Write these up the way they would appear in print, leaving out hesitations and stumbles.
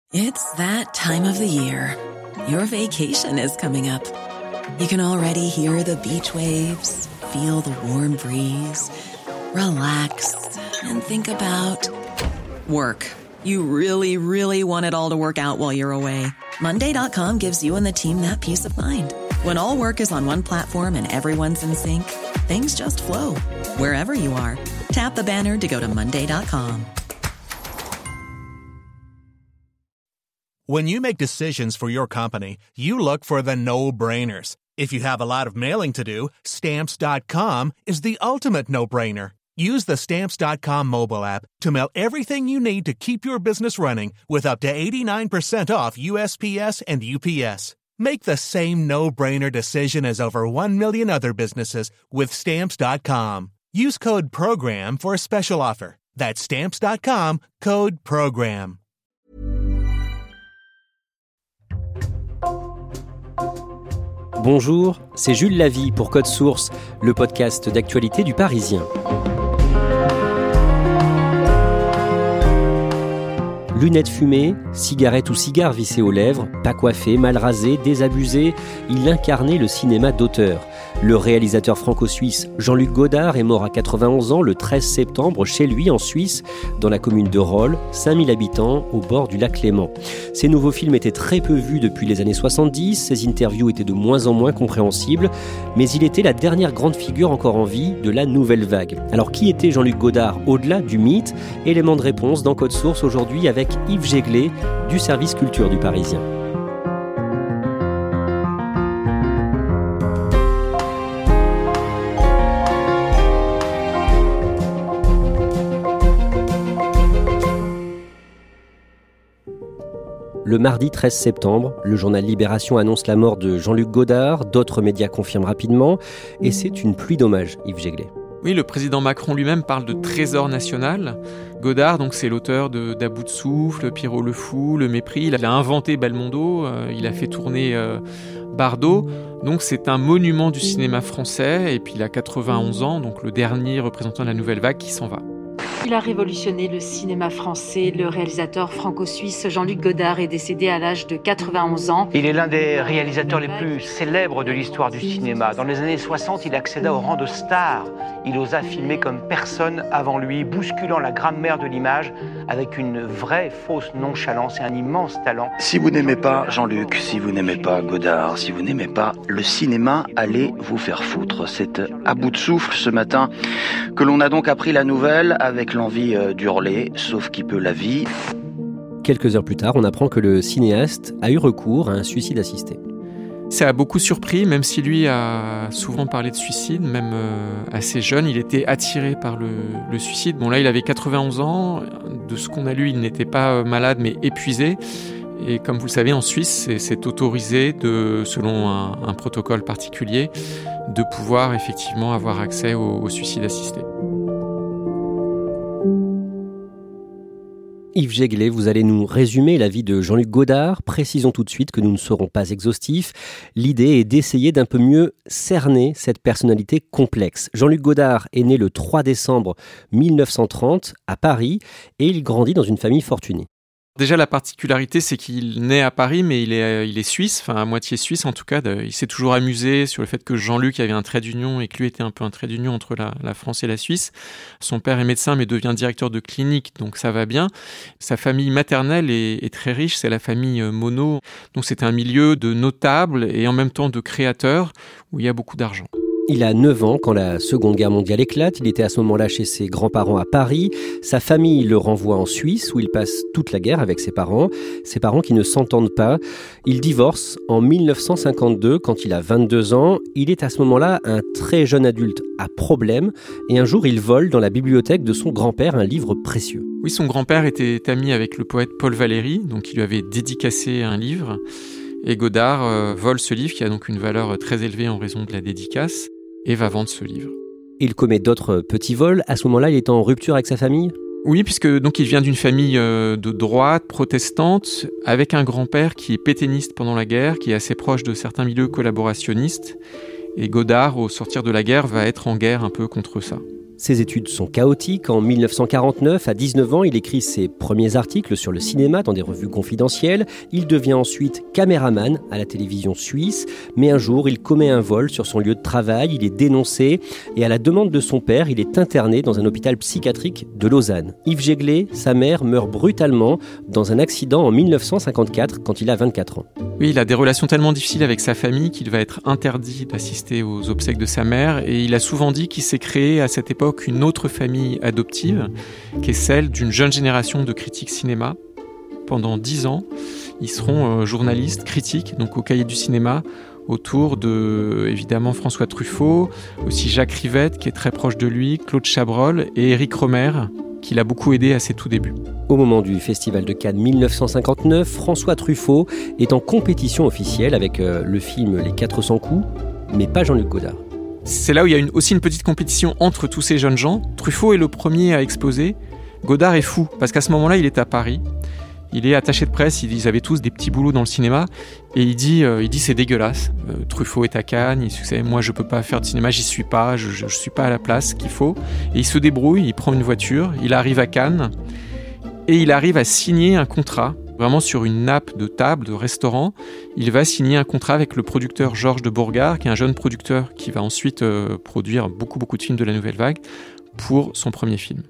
It's that time of the year. Your vacation is coming up. You can already hear the beach waves, feel the warm breeze, relax, and think about work. You really, really want it all to work out while you're away. Monday.com gives you and the team that peace of mind. When all work is on one platform and everyone's in sync, things just flow. Wherever you are, tap the banner to go to Monday.com. When you make decisions for your company, you look for the no-brainers. If you have a lot of mailing to do, Stamps.com is the ultimate no-brainer. Use the Stamps.com mobile app to mail everything you need to keep your business running with up to 89% off USPS and UPS. Make the same no-brainer decision as over 1 million other businesses with Stamps.com. Use code PROGRAM for a special offer. That's Stamps.com, code PROGRAM. Bonjour, c'est Jules Lavie pour Code Source, le podcast d'actualité du Parisien. Lunettes fumées, cigarettes ou cigares vissés aux lèvres, pas coiffé, mal rasé, désabusé, il incarnait le cinéma d'auteur. Le réalisateur franco-suisse Jean-Luc Godard est mort à 91 ans le 13 septembre chez lui en Suisse, dans la commune de Rolle, 5000 habitants, au bord du lac Léman. Ses nouveaux films étaient très peu vus depuis les années 70, ses interviews étaient de moins en moins compréhensibles, mais il était la dernière grande figure encore en vie de la nouvelle vague. Alors qui était Jean-Luc Godard au-delà du mythe ? Élément de réponse dans Code Source aujourd'hui avec Yves Jéglé du service culture du Parisien. Le mardi 13 septembre, le journal Libération annonce la mort de Jean-Luc Godard, d'autres médias confirment rapidement, et c'est une pluie d'hommages, Yves Jéglé. Oui, le président Macron lui-même parle de trésor national. Godard, donc, c'est l'auteur d'À bout de souffle, Pierrot le fou, Le mépris. Il a inventé Belmondo, il a fait tourner Bardot. Donc c'est un monument du cinéma français. Et puis il a 91 ans, donc le dernier représentant de la nouvelle vague qui s'en va. Il a révolutionné le cinéma français. Le réalisateur franco-suisse Jean-Luc Godard est décédé à l'âge de 91 ans. Il est l'un des réalisateurs les plus célèbres de l'histoire du cinéma. Dans les années 60, il accéda au rang de star. Il osa filmer comme personne avant lui, bousculant la grammaire de l'image avec une vraie fausse nonchalance et un immense talent. Si vous n'aimez pas Jean-Luc, si vous n'aimez pas Godard, si vous n'aimez pas le cinéma, allez vous faire foutre. C'est à bout de souffle ce matin que l'on a donc appris la nouvelle avec l'envie d'hurler, sauf qui peut la vie. Quelques heures plus tard, on apprend que le cinéaste a eu recours à un suicide assisté. Ça a beaucoup surpris, même si lui a souvent parlé de suicide, même assez jeune, il était attiré par le suicide. Bon là, il avait 91 ans, de ce qu'on a lu, il n'était pas malade mais épuisé. Et comme vous le savez, en Suisse, c'est autorisé, selon un protocole particulier, de pouvoir effectivement avoir accès au suicide assisté. Yves Jéglé, vous allez nous résumer la vie de Jean-Luc Godard. Précisons tout de suite que nous ne serons pas exhaustifs. L'idée est d'essayer d'un peu mieux cerner cette personnalité complexe. Jean-Luc Godard est né le 3 décembre 1930 à Paris et il grandit dans une famille fortunée. Déjà, la particularité, c'est qu'il naît à Paris, mais il est suisse, enfin à moitié suisse en tout cas. Il s'est toujours amusé sur le fait que Jean-Luc avait un trait d'union et que lui était un peu un trait d'union entre la France et la Suisse. Son père est médecin, mais devient directeur de clinique, donc ça va bien. Sa famille maternelle est très riche, c'est la famille Monod. Donc c'est un milieu de notables et en même temps de créateurs où il y a beaucoup d'argent. Il a 9 ans quand la Seconde Guerre mondiale éclate. Il était à ce moment-là chez ses grands-parents à Paris. Sa famille le renvoie en Suisse où il passe toute la guerre avec ses parents qui ne s'entendent pas. Il divorce en 1952 quand il a 22 ans. Il est à ce moment-là un très jeune adulte à problème et un jour il vole dans la bibliothèque de son grand-père un livre précieux. Oui, son grand-père était ami avec le poète Paul Valéry, donc il lui avait dédicacé un livre. Et Godard vole ce livre qui a donc une valeur très élevée en raison de la dédicace et va vendre ce livre. Il commet d'autres petits vols. À ce moment-là, il est en rupture avec sa famille ? Oui, puisque donc il vient d'une famille de droite, protestante, avec un grand-père qui est pétainiste pendant la guerre, qui est assez proche de certains milieux collaborationnistes. Et Godard, au sortir de la guerre, va être en guerre un peu contre ça. Ses études sont chaotiques. En 1949, à 19 ans, il écrit ses premiers articles sur le cinéma dans des revues confidentielles. Il devient ensuite caméraman à la télévision suisse. Mais un jour, il commet un vol sur son lieu de travail. Il est dénoncé et à la demande de son père, il est interné dans un hôpital psychiatrique de Lausanne. Yves Jéglé, sa mère, meurt brutalement dans un accident en 1954 quand il a 24 ans. Oui, il a des relations tellement difficiles avec sa famille qu'il va être interdit d'assister aux obsèques de sa mère et il a souvent dit qu'il s'est créé à cette époque une autre famille adoptive qui est celle d'une jeune génération de critiques cinéma. Pendant 10 ans, ils seront journalistes, critiques, donc au Cahier du cinéma, autour de, évidemment, François Truffaut, aussi Jacques Rivette, qui est très proche de lui, Claude Chabrol et Éric Romer, qui l'a beaucoup aidé à ses tout débuts. Au moment du Festival de Cannes 1959, François Truffaut est en compétition officielle avec le film Les 400 coups, mais pas Jean-Luc Godard. C'est là où il y a aussi une petite compétition entre tous ces jeunes gens. Truffaut est le premier à exposer. Godard est fou, parce qu'à ce moment-là, il est à Paris. Il est attaché de presse, ils avaient tous des petits boulots dans le cinéma, et il dit c'est dégueulasse. Truffaut est à Cannes, il sait, moi je peux pas faire de cinéma, j'y suis pas, je suis pas à la place qu'il faut. Et il se débrouille, il prend une voiture, il arrive à Cannes, et il arrive à signer un contrat, vraiment sur une nappe de table, de restaurant. Il va signer un contrat avec le producteur Georges de Bourgard, qui est un jeune producteur qui va ensuite produire beaucoup de films de la Nouvelle Vague, pour son premier film.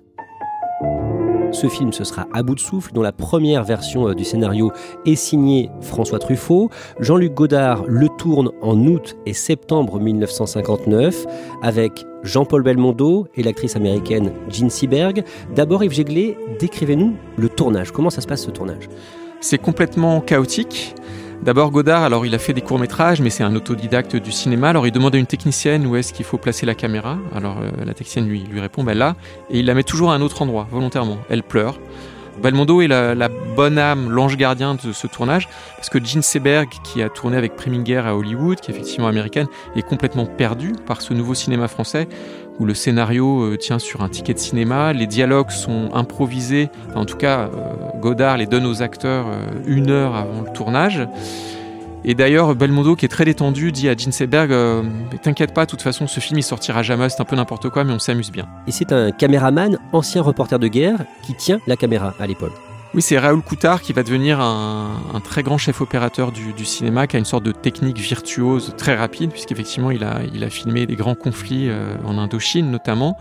Ce film, ce sera À bout de souffle, dont la première version du scénario est signée François Truffaut. Jean-Luc Godard le tourne en août et septembre 1959 avec Jean-Paul Belmondo et l'actrice américaine Jean Seberg. D'abord, Yves Jéglé, décrivez-nous le tournage. Comment ça se passe, ce tournage ? C'est complètement chaotique. D'abord, Godard, alors il a fait des courts-métrages, mais c'est un autodidacte du cinéma. Alors il demande à une technicienne où est-ce qu'il faut placer la caméra. Alors la technicienne lui répond, là, et il la met toujours à un autre endroit, volontairement. Elle pleure. Belmondo est la bonne âme, l'ange gardien de ce tournage, parce que Jean Seberg, qui a tourné avec Preminger à Hollywood, qui est effectivement américaine, est complètement perdue par ce nouveau cinéma français, où le scénario tient sur un ticket de cinéma, les dialogues sont improvisés, en tout cas Godard les donne aux acteurs 1 heure avant le tournage. Et d'ailleurs, Belmondo, qui est très détendu, dit à Jean Seberg « T'inquiète pas, de toute façon, ce film il sortira jamais, c'est un peu n'importe quoi, mais on s'amuse bien. » Et c'est un caméraman, ancien reporter de guerre, qui tient la caméra à l'épaule. Oui, c'est Raoul Coutard qui va devenir un très grand chef opérateur du cinéma, qui a une sorte de technique virtuose très rapide, puisqu'effectivement, il a filmé des grands conflits en Indochine notamment.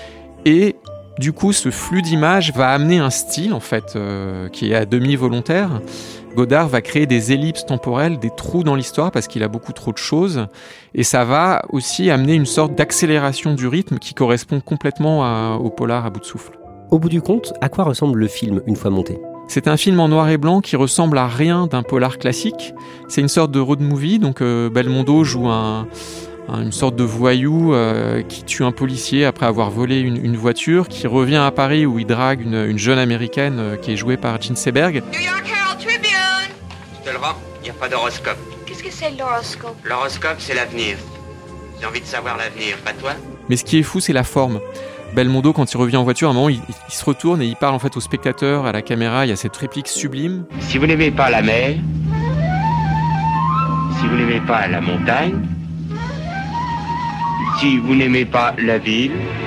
Et du coup, ce flux d'images va amener un style, en fait, qui est à demi volontaire. Godard va créer des ellipses temporelles, des trous dans l'histoire, parce qu'il a beaucoup trop de choses. Et ça va aussi amener une sorte d'accélération du rythme qui correspond complètement au polar À bout de souffle. Au bout du compte, à quoi ressemble le film une fois monté ? C'est un film en noir et blanc qui ressemble à rien d'un polar classique. C'est une sorte de road movie, donc Belmondo joue une sorte de voyou qui tue un policier après avoir volé une voiture, qui revient à Paris où il drague une jeune américaine qui est jouée par Jean Seberg. New York Herald Tribune. Je te le rends, il n'y a pas d'horoscope. Qu'est-ce que c'est l'horoscope ? L'horoscope, c'est l'avenir. J'ai envie de savoir l'avenir, pas toi ? Mais ce qui est fou, c'est la forme. Belmondo, quand il revient en voiture, à un moment, il se retourne et il parle en fait au spectateur, à la caméra. Il y a cette réplique sublime. Si vous n'aimez pas la mer, si vous n'aimez pas la montagne, si vous n'aimez pas la ville,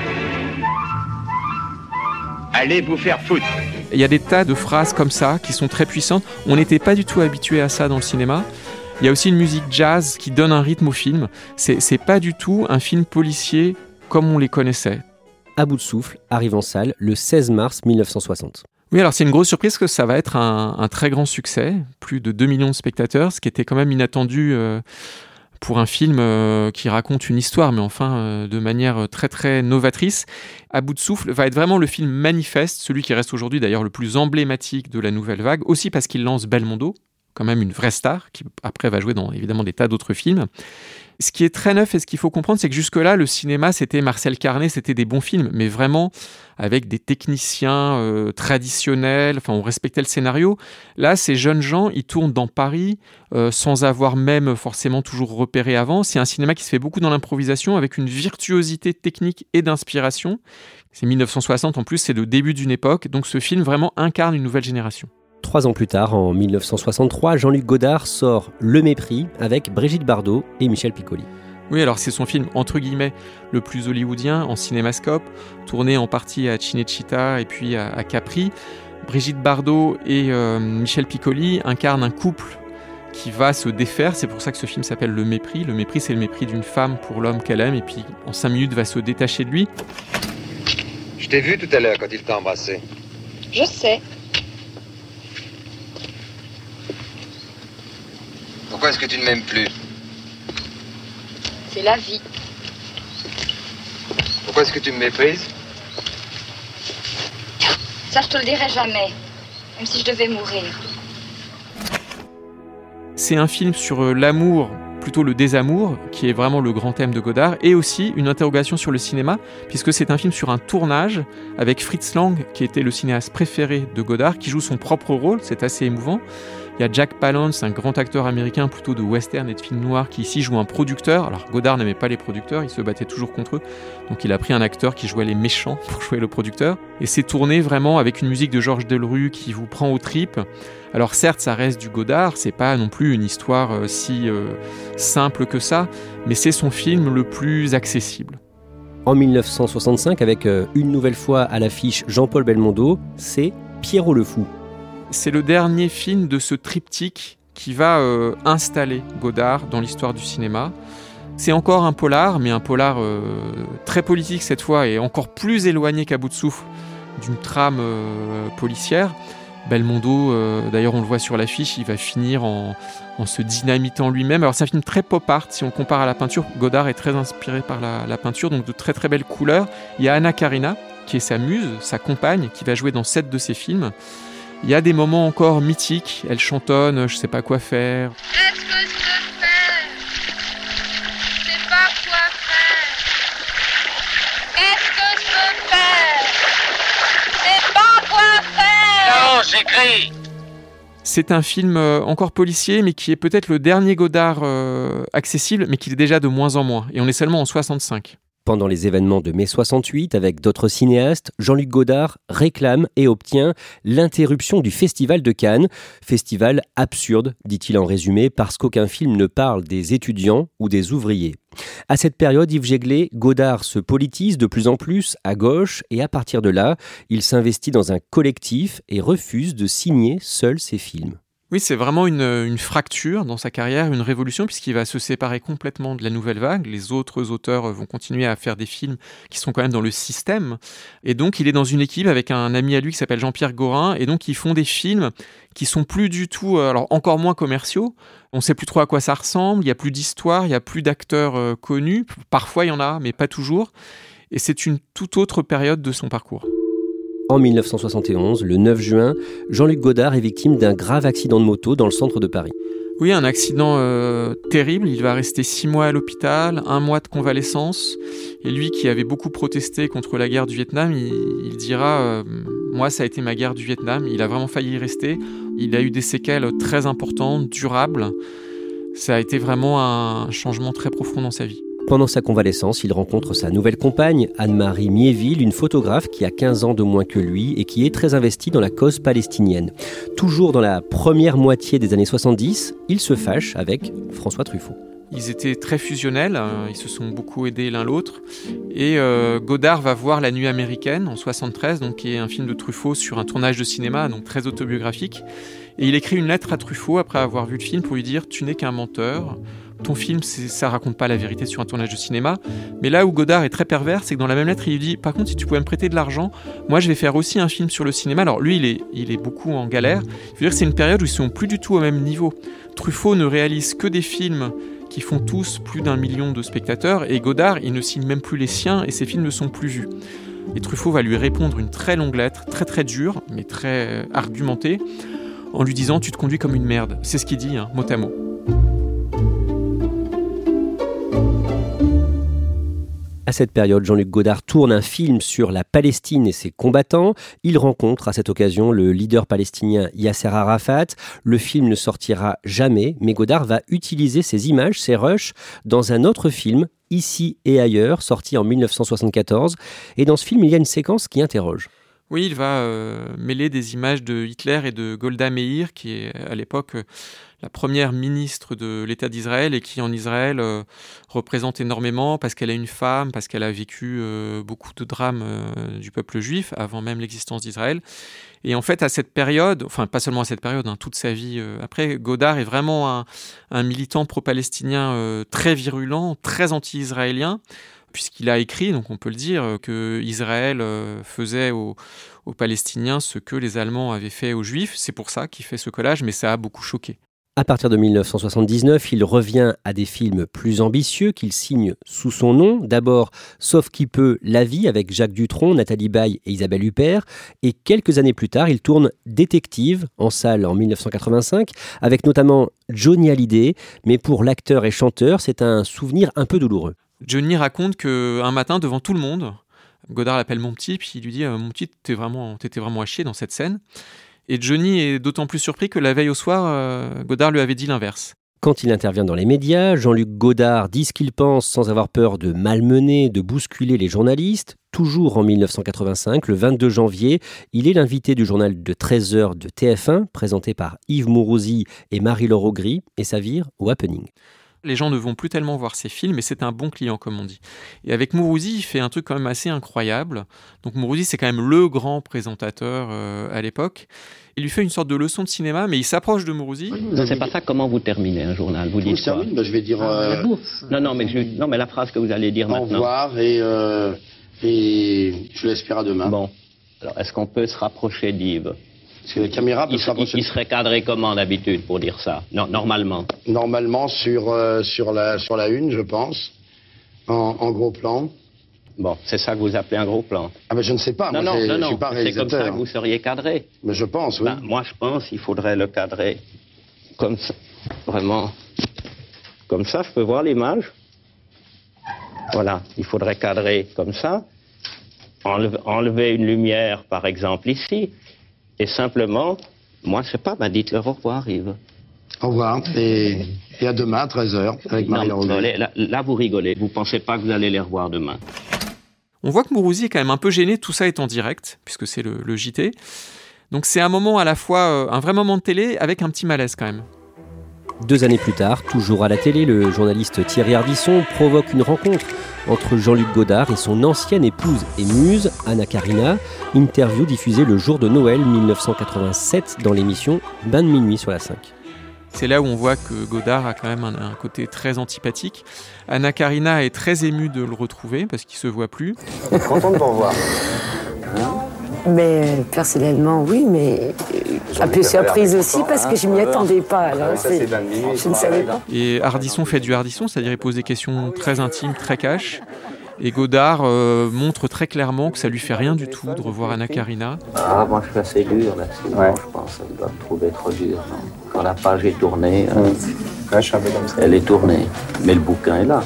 allez vous faire foutre. Il y a des tas de phrases comme ça qui sont très puissantes. On n'était pas du tout habitué à ça dans le cinéma. Il y a aussi une musique jazz qui donne un rythme au film. C'est pas du tout un film policier comme on les connaissait. À bout de souffle arrive en salle le 16 mars 1960. Oui, alors c'est une grosse surprise que ça va être un très grand succès. Plus de 2 millions de spectateurs, ce qui était quand même inattendu pour un film qui raconte une histoire, mais enfin de manière très très novatrice. À bout de souffle va être vraiment le film manifeste, celui qui reste aujourd'hui d'ailleurs le plus emblématique de la Nouvelle Vague, aussi parce qu'il lance Belmondo, quand même une vraie star, qui après va jouer dans évidemment des tas d'autres films. Ce qui est très neuf et ce qu'il faut comprendre, c'est que jusque-là, le cinéma, c'était Marcel Carné, c'était des bons films, mais vraiment avec des techniciens traditionnels, enfin on respectait le scénario. Là, ces jeunes gens, ils tournent dans Paris sans avoir même forcément toujours repéré avant. C'est un cinéma qui se fait beaucoup dans l'improvisation, avec une virtuosité technique et d'inspiration. C'est 1960 en plus, c'est le début d'une époque, donc ce film vraiment incarne une nouvelle génération. 3 ans plus tard, en 1963, Jean-Luc Godard sort Le Mépris avec Brigitte Bardot et Michel Piccoli. Oui, alors c'est son film entre guillemets le plus hollywoodien en cinémascope, tourné en partie à Cinecittà et puis à Capri. Brigitte Bardot et Michel Piccoli incarnent un couple qui va se défaire. C'est pour ça que ce film s'appelle Le Mépris. Le mépris, c'est le mépris d'une femme pour l'homme qu'elle aime et puis en 5 minutes va se détacher de lui. Je t'ai vu tout à l'heure quand il t'a embrassé. Je sais. Pourquoi est-ce que tu ne m'aimes plus? C'est la vie. Pourquoi est-ce que tu me méprises? Ça, je te le dirai jamais. Même si je devais mourir. C'est un film sur l'amour, plutôt le désamour, qui est vraiment le grand thème de Godard, et aussi une interrogation sur le cinéma, puisque c'est un film sur un tournage avec Fritz Lang, qui était le cinéaste préféré de Godard, qui joue son propre rôle, c'est assez émouvant. Il y a Jack Palance, un grand acteur américain plutôt de western et de film noir, qui ici joue un producteur. Alors Godard n'aimait pas les producteurs, il se battait toujours contre eux. Donc il a pris un acteur qui jouait les méchants pour jouer le producteur. Et c'est tourné vraiment avec une musique de Georges Delerue qui vous prend aux tripes. Alors certes, ça reste du Godard, c'est pas non plus une histoire si simple que ça, mais c'est son film le plus accessible. En 1965, avec une nouvelle fois à l'affiche Jean-Paul Belmondo, c'est Pierrot le Fou. C'est le dernier film de ce triptyque qui va installer Godard dans l'histoire du cinéma. C'est encore un polar, mais un polar très politique cette fois et encore plus éloigné qu'à bout de souffle d'une trame policière. Belmondo, d'ailleurs on le voit sur l'affiche, il va finir en se dynamitant lui-même. Alors c'est un film très pop art, si on compare à la peinture. Godard est très inspiré par la peinture, donc de très très belles couleurs. Il y a Anna Karina, qui est sa muse, sa compagne, qui va jouer dans 7 de ses films. Il y a des moments encore mythiques, elle chantonne « Je sais pas quoi faire ». Qu'est-ce que je peux faire? Je sais pas quoi faire. Qu'est-ce que je peux faire? Je sais pas quoi faire. Non, j'écris. C'est un film encore policier, mais qui est peut-être le dernier Godard accessible, mais qui est déjà de moins en moins. Et on est seulement en 65. Pendant les événements de mai 68, avec d'autres cinéastes, Jean-Luc Godard réclame et obtient l'interruption du Festival de Cannes. Festival absurde, dit-il en résumé, parce qu'aucun film ne parle des étudiants ou des ouvriers. À cette période, Yves Jéglé, Godard se politise de plus en plus à gauche et à partir de là, il s'investit dans un collectif et refuse de signer seul ses films. Oui, c'est vraiment une fracture dans sa carrière, une révolution, puisqu'il va se séparer complètement de la nouvelle vague. Les autres auteurs vont continuer à faire des films qui sont quand même dans le système. Et donc, il est dans une équipe avec un ami à lui qui s'appelle Jean-Pierre Gorin. Et donc, ils font des films qui sont plus du tout, alors encore moins commerciaux. On ne sait plus trop à quoi ça ressemble. Il n'y a plus d'histoire, il n'y a plus d'acteurs connus. Parfois, il y en a, mais pas toujours. Et c'est une toute autre période de son parcours. En 1971, le 9 juin, Jean-Luc Godard est victime d'un grave accident de moto dans le centre de Paris. Oui, un accident terrible. Il va rester 6 mois à l'hôpital, 1 mois de convalescence. Et lui, qui avait beaucoup protesté contre la guerre du Vietnam, il dira « Moi, ça a été ma guerre du Vietnam ». Il a vraiment failli y rester. Il a eu des séquelles très importantes, durables. Ça a été vraiment un changement très profond dans sa vie. Pendant sa convalescence, il rencontre sa nouvelle compagne, Anne-Marie Miéville, une photographe qui a 15 ans de moins que lui et qui est très investie dans la cause palestinienne. Toujours dans la première moitié des années 70, il se fâche avec François Truffaut. Ils étaient très fusionnels, ils se sont beaucoup aidés l'un l'autre. Et Godard va voir La Nuit américaine en 73, donc, qui est un film de Truffaut sur un tournage de cinéma, donc très autobiographique. Et il écrit une lettre à Truffaut après avoir vu le film pour lui dire « Tu n'es qu'un menteur ». Ton film, ça raconte pas la vérité sur un tournage de cinéma. Mais là où Godard est très pervers, c'est que dans la même lettre, il lui dit « Par contre, si tu pouvais me prêter de l'argent, moi je vais faire aussi un film sur le cinéma. » Alors lui, il est beaucoup en galère. Il veut dire que c'est une période où ils sont plus du tout au même niveau. Truffaut ne réalise que des films qui font tous plus d'1 million de spectateurs. Et Godard, il ne signe même plus les siens et ses films ne sont plus vus. Et Truffaut va lui répondre une très longue lettre, très très dure, mais très argumentée, en lui disant « Tu te conduis comme une merde ». C'est ce qu'il dit, mot à mot. À cette période, Jean-Luc Godard tourne un film sur la Palestine et ses combattants. Il rencontre à cette occasion le leader palestinien Yasser Arafat. Le film ne sortira jamais, mais Godard va utiliser ces images, ces rushs, dans un autre film, Ici et ailleurs, sorti en 1974. Et dans ce film, il y a une séquence qui interroge. Oui, il va mêler des images de Hitler et de Golda Meir, qui est à l'époque la première ministre de l'État d'Israël et qui en Israël représente énormément parce qu'elle est une femme, parce qu'elle a vécu beaucoup de drames du peuple juif avant même l'existence d'Israël. Et en fait, à cette période, enfin pas seulement à cette période, toute sa vie après, Godard est vraiment un militant pro-palestinien très virulent, très anti-israélien, puisqu'il a écrit, donc on peut le dire, que Israël faisait aux Palestiniens ce que les Allemands avaient fait aux Juifs. C'est pour ça qu'il fait ce collage, mais ça a beaucoup choqué. À partir de 1979, il revient à des films plus ambitieux qu'il signe sous son nom. D'abord, Sauf qui peut, La vie avec Jacques Dutronc, Nathalie Baye et Isabelle Huppert. Et quelques années plus tard, il tourne Détective en salle en 1985, avec notamment Johnny Hallyday. Mais pour l'acteur et chanteur, c'est un souvenir un peu douloureux. Johnny raconte qu'un matin, devant tout le monde, Godard l'appelle mon petit, puis il lui dit « Mon petit, t'étais vraiment à chier dans cette scène ». Et Johnny est d'autant plus surpris que la veille au soir, Godard lui avait dit l'inverse. Quand il intervient dans les médias, Jean-Luc Godard dit ce qu'il pense sans avoir peur de malmener, de bousculer les journalistes. Toujours en 1985, le 22 janvier, il est l'invité du journal de 13h de TF1, présenté par Yves Mourouzi et Marie-Laure Augry, et ça vire au happening. Les gens ne vont plus tellement voir ses films, mais c'est un bon client, comme on dit. Et avec Mourouzi, il fait un truc quand même assez incroyable. Donc Mourouzi, c'est quand même le grand présentateur à l'époque. Il lui fait une sorte de leçon de cinéma, mais il s'approche de Mourouzi. C'est pas ça comment vous terminez un journal. Vous dites quoi? Je vais dire... Non, mais la phrase que vous allez dire maintenant. Au revoir et je l'espère à demain. Bon. Alors, est-ce qu'on peut se rapprocher d'Yves? Parce que la caméra peut se rapprocher. Il serait cadré comment d'habitude pour dire ça? Non, normalement. Normalement sur la une, je pense, en gros plan. Bon, c'est ça que vous appelez un gros plan. Ah ben je ne sais pas. Non, je suis pas réalisateur. C'est comme ça que vous seriez cadré. Mais je pense, oui. Moi, je pense qu'il faudrait le cadrer comme ça, vraiment. Comme ça, je peux voir l'image. Voilà, il faudrait cadrer comme ça. Enlever une lumière, par exemple, ici. Et simplement, moi, je sais pas, dites-leur au revoir, Yves. Au revoir, et à demain, à 13h, avec Marie-Laure Augry. Là, vous rigolez. Vous pensez pas que vous allez les revoir demain. On voit que Mourouzi est quand même un peu gêné, tout ça est en direct, puisque c'est le JT. Donc c'est un moment à la fois, un vrai moment de télé, avec un petit malaise quand même. 2 années plus tard, toujours à la télé, le journaliste Thierry Ardisson provoque une rencontre entre Jean-Luc Godard et son ancienne épouse et muse, Anna Karina. Interview diffusée le jour de Noël 1987 dans l'émission Bain de minuit sur la 5. C'est là où on voit que Godard a quand même un côté très antipathique. Anna Karina est très émue de le retrouver parce qu'il ne se voit plus. Content de vous revoir. Mais personnellement, oui, mais un peu surprise aussi parce que je ne m'y attendais pas. Alors, je ne savais pas. Et Ardisson fait du Ardisson, c'est-à-dire il pose des questions très intimes, très cash. Et Godard montre très clairement que ça lui fait rien du tout de revoir Anna Karina. Moi je suis assez dur là-dessus, je pense qu'elle doit me trouver trop dur. Quand la page est tournée, je suis un peu comme ça. Elle est tournée, mais le bouquin est là.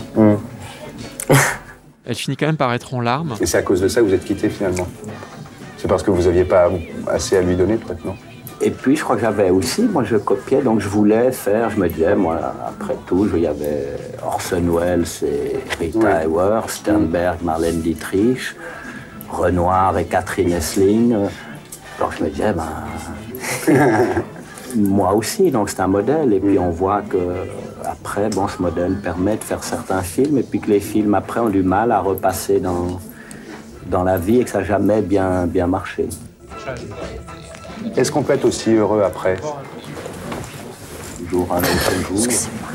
Elle finit quand même par être en larmes. Et c'est à cause de ça que vous êtes quittés finalement? C'est parce que vous n'aviez pas assez à lui donner peut-être, non? Et puis je crois que j'avais aussi, moi je copiais, donc je voulais faire, je me disais, moi après tout, il y avait Orson Welles et Rita Hayworth, Sternberg, Marlène Dietrich, Renoir et Catherine Hessling. Alors je me disais, moi aussi, donc c'est un modèle. Et puis on voit que après, ce modèle permet de faire certains films, et puis que les films après ont du mal à repasser dans la vie et que ça n'a jamais bien marché. Est-ce qu'on peut être aussi heureux après? Jour un autre jour.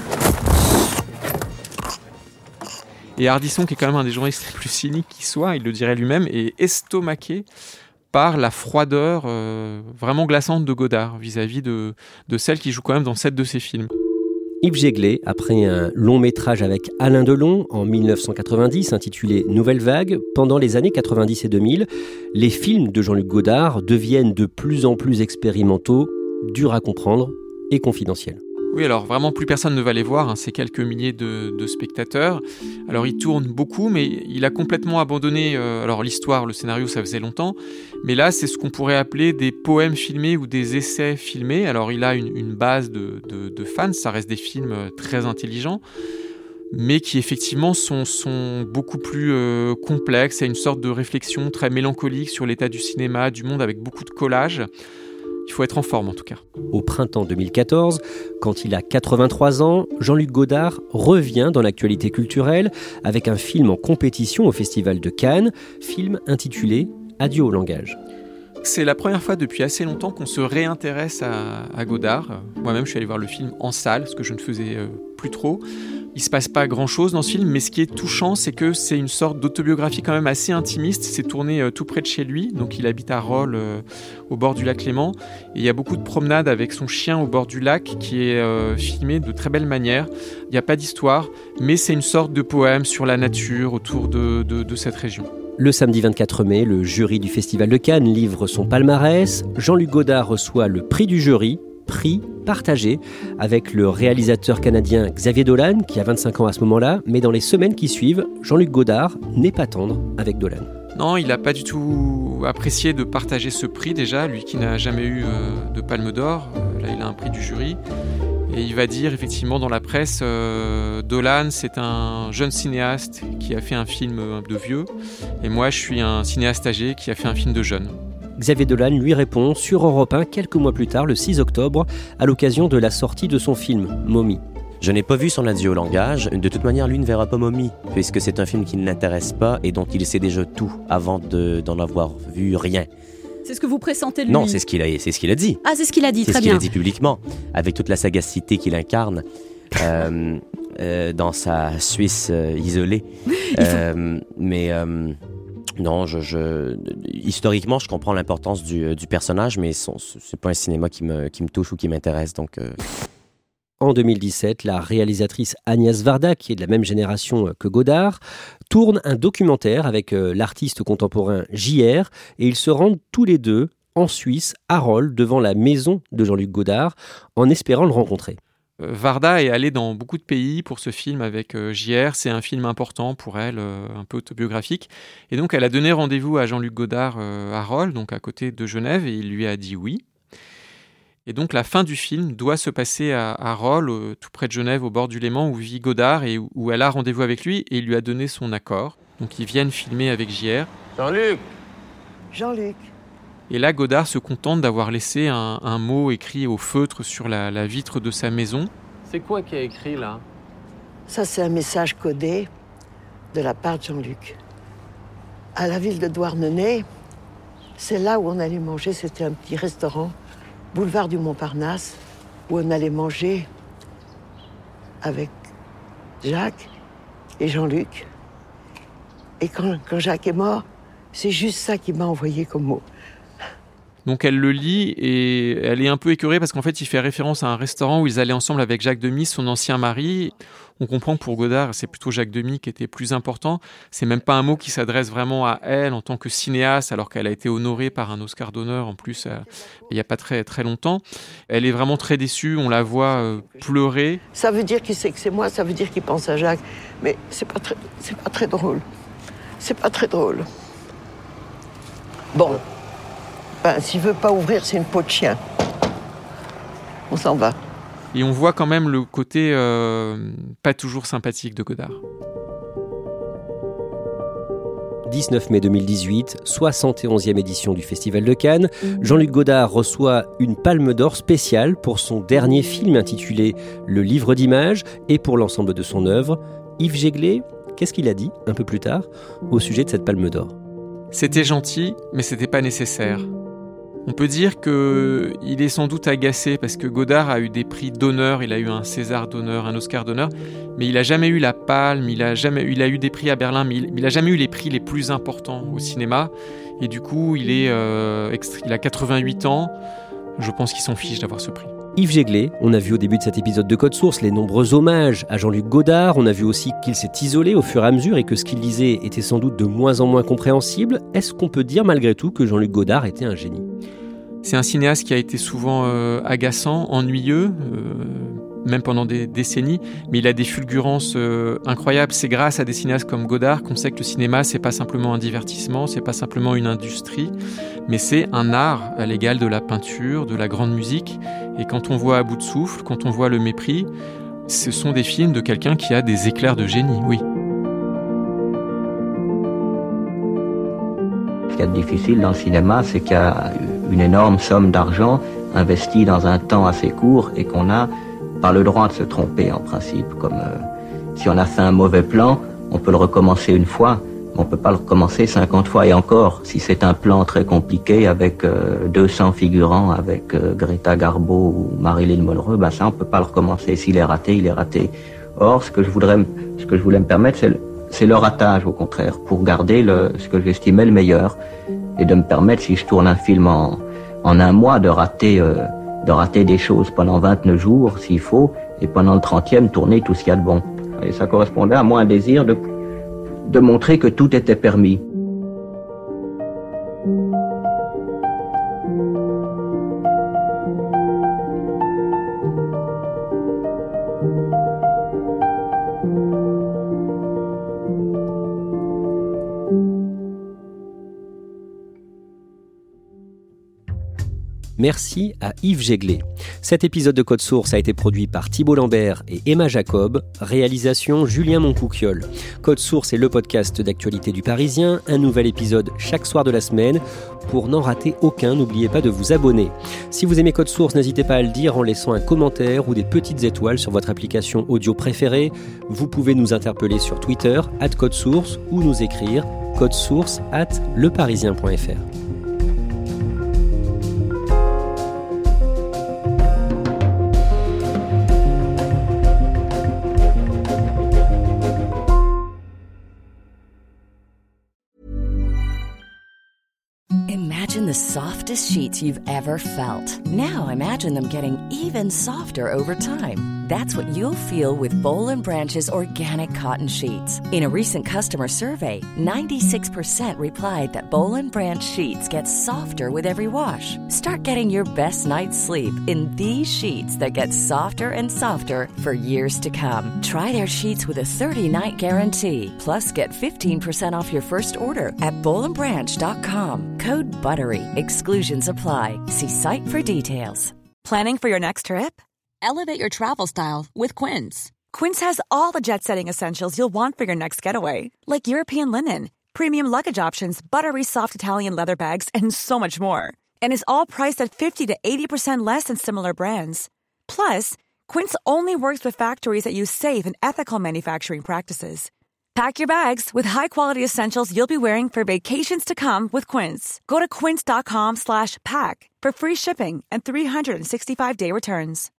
Et Ardisson, qui est quand même un des journalistes les plus cyniques qui soit, il le dirait lui-même, est estomaqué par la froideur vraiment glaçante de Godard vis-à-vis de celle qui joue quand même dans 7 de ses films. Yves Jéglé, après un long métrage avec Alain Delon en 1990 intitulé Nouvelle Vague, pendant les années 90 et 2000, les films de Jean-Luc Godard deviennent de plus en plus expérimentaux, durs à comprendre et confidentiels. Oui, alors vraiment plus personne ne va les voir, c'est quelques milliers de spectateurs. Alors il tourne beaucoup, mais il a complètement abandonné, alors l'histoire, le scénario, ça faisait longtemps, mais là c'est ce qu'on pourrait appeler des poèmes filmés ou des essais filmés. Alors il a une base de fans, ça reste des films très intelligents, mais qui effectivement sont beaucoup plus complexes. Il y a une sorte de réflexion très mélancolique sur l'état du cinéma, du monde, avec beaucoup de collages. Il faut être en forme en tout cas. Au printemps 2014, quand il a 83 ans, Jean-Luc Godard revient dans l'actualité culturelle avec un film en compétition au Festival de Cannes, film intitulé « Adieu au langage ». C'est la première fois depuis assez longtemps qu'on se réintéresse à Godard. Moi-même, je suis allé voir le film en salle, ce que je ne faisais plus trop. Il ne se passe pas grand-chose dans ce film, mais ce qui est touchant, c'est que c'est une sorte d'autobiographie quand même assez intimiste. C'est tourné tout près de chez lui, donc il habite à Rolle, au bord du lac Léman. Et il y a beaucoup de promenades avec son chien au bord du lac, qui est filmé de très belle manière. Il n'y a pas d'histoire, mais c'est une sorte de poème sur la nature autour de cette région. Le samedi 24 mai, le jury du Festival de Cannes livre son palmarès. Jean-Luc Godard reçoit le prix du jury, prix partagé avec le réalisateur canadien Xavier Dolan, qui a 25 ans à ce moment-là. Mais dans les semaines qui suivent, Jean-Luc Godard n'est pas tendre avec Dolan. Non, il n'a pas du tout apprécié de partager ce prix déjà, lui qui n'a jamais eu de Palme d'Or. Là, il a un prix du jury. Et il va dire effectivement dans la presse, Dolan c'est un jeune cinéaste qui a fait un film de vieux, et moi je suis un cinéaste âgé qui a fait un film de jeune. Xavier Dolan lui répond sur Europe 1 quelques mois plus tard, le 6 octobre, à l'occasion de la sortie de son film Mommy. Je n'ai pas vu son adieu au langage. De toute manière, lui ne verra pas Mommy, puisque c'est un film qui ne l'intéresse pas et dont il sait déjà tout avant d'en avoir vu rien. C'est ce que vous pressentez de lui? Non, c'est ce qu'il a dit. Ah, c'est ce qu'il a dit, très bien. C'est ce qu'il a dit publiquement, avec toute la sagacité qu'il incarne dans sa Suisse isolée. Non, historiquement, je comprends l'importance du personnage, mais c'est pas un cinéma qui me touche ou qui m'intéresse, donc... En 2017, la réalisatrice Agnès Varda, qui est de la même génération que Godard, tourne un documentaire avec l'artiste contemporain JR, et ils se rendent tous les deux en Suisse, à Rolle, devant la maison de Jean-Luc Godard, en espérant le rencontrer. Varda est allée dans beaucoup de pays pour ce film avec JR. C'est un film important pour elle, un peu autobiographique. Et donc, elle a donné rendez-vous à Jean-Luc Godard à Rolle, donc à côté de Genève, et il lui a dit oui. Et donc la fin du film doit se passer à Rolle, tout près de Genève, au bord du Léman, où vit Godard et où elle a rendez-vous avec lui, et il lui a donné son accord. Donc ils viennent filmer avec JR. Jean-Luc. Et là, Godard se contente d'avoir laissé un mot écrit au feutre sur la vitre de sa maison. C'est quoi qui a écrit là? Ça, c'est un message codé de la part de Jean-Luc. À la ville de Douarnenez, c'est là où on allait manger, c'était un petit restaurant, boulevard du Montparnasse, où on allait manger avec Jacques et Jean-Luc. Et quand Jacques est mort, c'est juste ça qu'il m'a envoyé comme mot. Donc elle le lit et elle est un peu écœurée parce qu'en fait il fait référence à un restaurant où ils allaient ensemble avec Jacques Demy, son ancien mari. On comprend que pour Godard, c'est plutôt Jacques Demy qui était plus important. C'est même pas un mot qui s'adresse vraiment à elle en tant que cinéaste, alors qu'elle a été honorée par un Oscar d'honneur en plus il n'y a pas très, très longtemps. Elle est vraiment très déçue, on la voit pleurer. Ça veut dire qu'il sait que c'est moi, ça veut dire qu'il pense à Jacques, mais c'est pas très drôle. C'est pas très drôle. Bon. S'il veut pas ouvrir, c'est une peau de chien. On s'en va. Et on voit quand même le côté pas toujours sympathique de Godard. 19 mai 2018, 71e édition du Festival de Cannes. Jean-Luc Godard reçoit une Palme d'Or spéciale pour son dernier film intitulé Le Livre d'images et pour l'ensemble de son œuvre. Yves Jéglé, qu'est-ce qu'il a dit un peu plus tard au sujet de cette Palme d'Or? C'était gentil, mais c'était pas nécessaire. On peut dire qu'il est sans doute agacé parce que Godard a eu des prix d'honneur, il a eu un César d'honneur, un Oscar d'honneur, mais il n'a jamais eu la Palme, il a eu des prix à Berlin, mais il n'a jamais eu les prix les plus importants au cinéma. Et du coup, il a 88 ans, je pense qu'il s'en fiche d'avoir ce prix. Yves Jéglé, on a vu au début de cet épisode de Code Source les nombreux hommages à Jean-Luc Godard, on a vu aussi qu'il s'est isolé au fur et à mesure et que ce qu'il disait était sans doute de moins en moins compréhensible. Est-ce qu'on peut dire malgré tout que Jean-Luc Godard était un génie? C'est un cinéaste qui a été souvent agaçant, ennuyeux, même pendant des décennies, mais il a des fulgurances incroyables. C'est grâce à des cinéastes comme Godard qu'on sait que le cinéma, c'est pas simplement un divertissement, c'est pas simplement une industrie, mais c'est un art à l'égal de la peinture, de la grande musique. Et quand on voit À bout de souffle, quand on voit Le Mépris, ce sont des films de quelqu'un qui a des éclairs de génie, oui. Ce qui est difficile dans le cinéma, c'est qu'il y a une énorme somme d'argent investie dans un temps assez court et qu'on a pas le droit de se tromper en principe. Comme si on a fait un mauvais plan, on peut le recommencer une fois, mais on peut pas le recommencer 50 fois. Et encore, si c'est un plan très compliqué avec 200 figurants, avec Greta Garbo ou Marilyn Monroe, ben ça on peut pas le recommencer. S'il est raté, il est raté. Or, ce que je voulais me permettre, c'est le ratage, au contraire, pour garder ce que j'estimais le meilleur et de me permettre, si je tourne un film en un mois, de rater des choses pendant 29 jours, s'il faut, et pendant le 30e, tourner tout ce qu'il y a de bon. Et ça correspondait à moi un désir de montrer que tout était permis. Merci à Yves Jéglé. Cet épisode de Code Source a été produit par Thibault Lambert et Emma Jacob. Réalisation Julien Moncouquiol. Code Source est le podcast d'actualité du Parisien. Un nouvel épisode chaque soir de la semaine. Pour n'en rater aucun, n'oubliez pas de vous abonner. Si vous aimez Code Source, n'hésitez pas à le dire en laissant un commentaire ou des petites étoiles sur votre application audio préférée. Vous pouvez nous interpeller sur Twitter @codesource ou nous écrire codesource@leparisien.fr. Imagine the softest sheets you've ever felt. Now imagine them getting even softer over time. That's what you'll feel with Boll & Branch's organic cotton sheets. In a recent customer survey, 96% replied that Boll & Branch sheets get softer with every wash. Start getting your best night's sleep in these sheets that get softer and softer for years to come. Try their sheets with a 30-night guarantee. Plus, get 15% off your first order at bollandbranch.com. Code BUTTERY. Exclusions apply. See site for details. Planning for your next trip? Elevate your travel style with Quince. Quince has all the jet-setting essentials you'll want for your next getaway, like European linen, premium luggage options, buttery soft Italian leather bags, and so much more. And is all priced at 50 to 80% less than similar brands. Plus, Quince only works with factories that use safe and ethical manufacturing practices. Pack your bags with high-quality essentials you'll be wearing for vacations to come with Quince. Go to quince.com/pack for free shipping and 365-day returns.